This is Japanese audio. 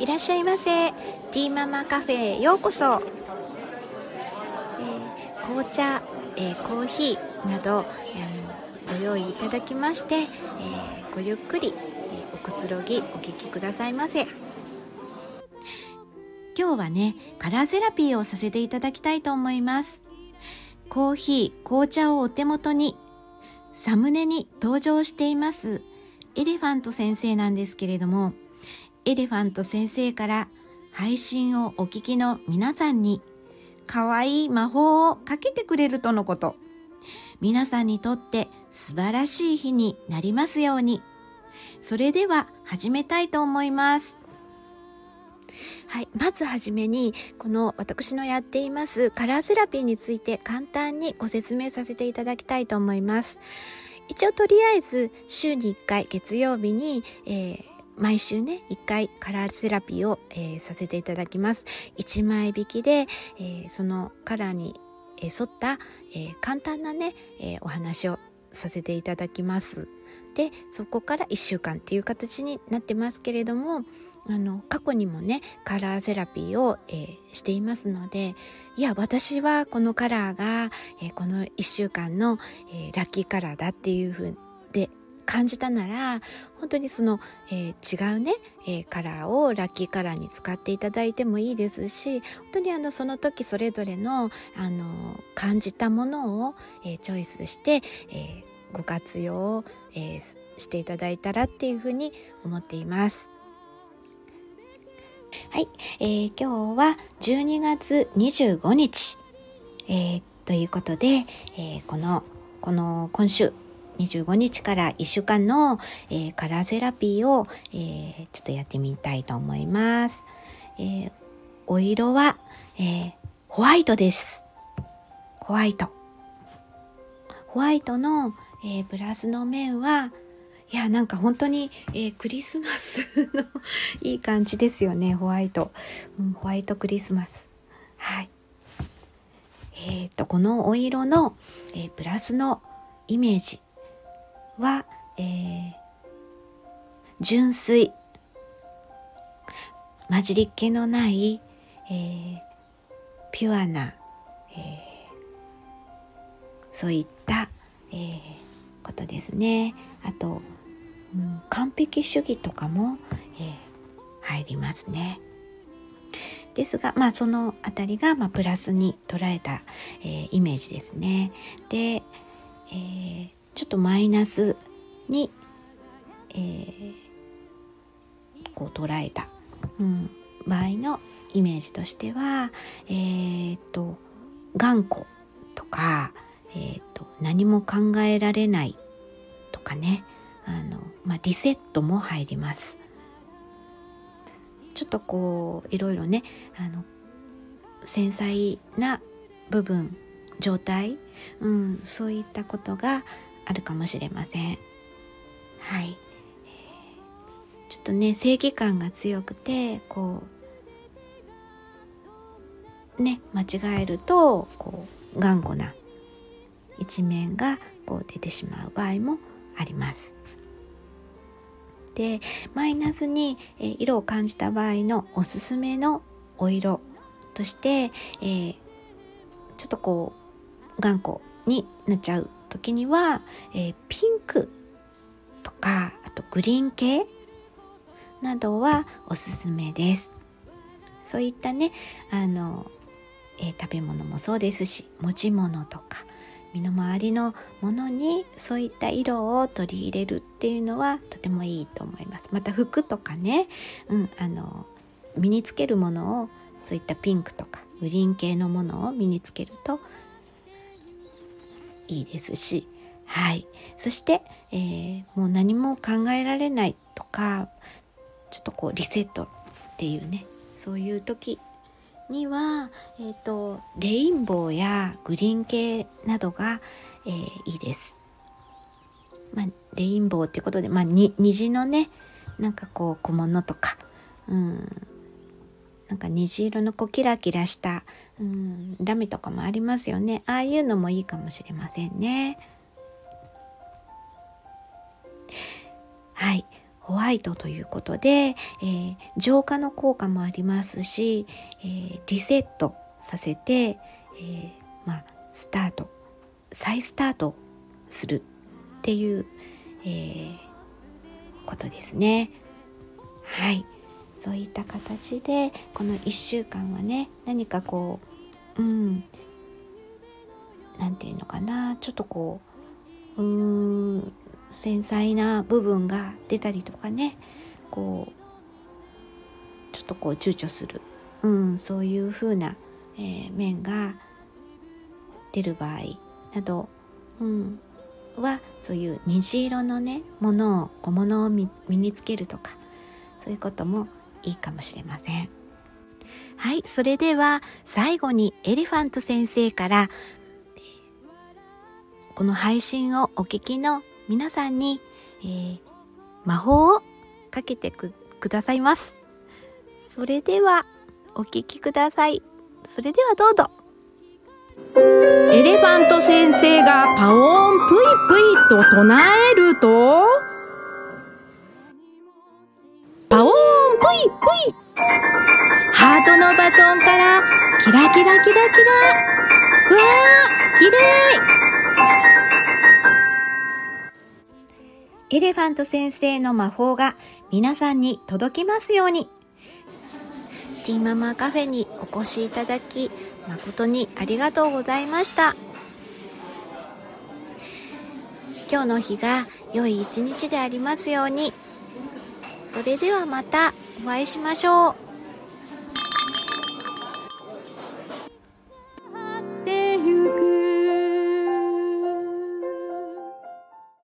らっしゃいませ。ティーママカフェへようこそ。紅茶、コーヒーなどご用意いただきまして、ごゆっくり、おくつろぎお聞きくださいませ。今日はね、カラーセラピーをさせていただきたいと思います。コーヒー、紅茶をお手元に、サムネに登場していますエレファント先生なんですけれども、エレファント先生から配信をお聞きの皆さんにかわいい魔法をかけてくれるとのこと。皆さんにとって素晴らしい日になりますように。それでは始めたいと思います。はい、まずはじめにこの私のやっていますカラーセラピーについて簡単にご説明させていただきたいと思います。一応とりあえず週に1回月曜日に、毎週ね1回カラーセラピーを、させていただきます。1枚引きで、そのカラーに沿った、簡単なね、お話をさせていただきます。でそこから1週間っていう形になってますけれども、過去にもねカラーセラピーを、していますので、いや私はこのカラーが、この1週間の、ラッキーカラーだっていう風で感じたなら、本当にその、違うね、カラーをラッキーカラーに使っていただいてもいいですし、本当にその時それぞれの、感じたものを、チョイスして、ご活用を、していただいたらっていうふうに思っています。はい、今日は12月25日、ということで、今週25日から1週間の、カラーセラピーを、ちょっとやってみたいと思います。お色は、ホワイトです。ホワイトの、ブラスの面は、いやなんか本当に、クリスマスのいい感じですよね。ホワイト、ホワイトクリスマス。はい。このお色の、ブラスのイメージは、純粋、混じりっ気のない、ピュアな、そういった、ことですね。あと、完璧主義とかも、入りますね。ですが、そのあたりが、プラスに捉えた、イメージですね。で、ちょっとマイナスに、こう捉えた、場合のイメージとしては、頑固とか、何も考えられないとかね、リセットも入ります。ちょっとこういろいろね、繊細な部分、状態、そういったことがあるかもしれません。はい。ちょっとね、正義感が強くて、こうね、間違えるとこう頑固な一面がこう出てしまう場合もあります。で、マイナスに、色を感じた場合のおすすめのお色として、ちょっとこう頑固になっちゃう時には、ピンクとか、あとグリーン系などはおすすめです。そういったね、食べ物もそうですし、持ち物とか身の回りのものにそういった色を取り入れるっていうのはとてもいいと思います。また服とかね、身につけるものをそういったピンクとかグリーン系のものを身につけるといいですし、はい。そして、もう何も考えられないとか、ちょっとこうリセットっていうね、そういう時には、レインボーやグリーン系などが、いいです。レインボーっていうことで、虹のね、なんかこう小物とか、なんか虹色のこうキラキラした、ラメとかもありますよね。ああいうのもいいかもしれませんね。はい。 ホワイトということで、浄化の効果もありますし、リセットさせて、再スタートするっていう、ことですね。はい、そういった形でこの1週間はね、何かこう、なんていうのかな、ちょっとこう、繊細な部分が出たりとかね、こうちょっとこう躊躇する、そういう風な、面が出る場合など、はそういう虹色のね小物を身につけるとか、そういうこともいいかもしれません。はい、それでは最後にエレファント先生からこの配信をお聞きの皆さんに、魔法をかけてくださいます。それではお聞きください。それではどうぞ。 エレファント先生がパオーンプイプイと唱えると、パオーンプイプイ、 ハートのバトンからキラキラキラキラ、わー、きれい。エレファント先生の魔法が皆さんに届きますように。ティーママカフェにお越しいただき誠にありがとうございました。今日の日が良い一日でありますように。それではまたお会いしましょう。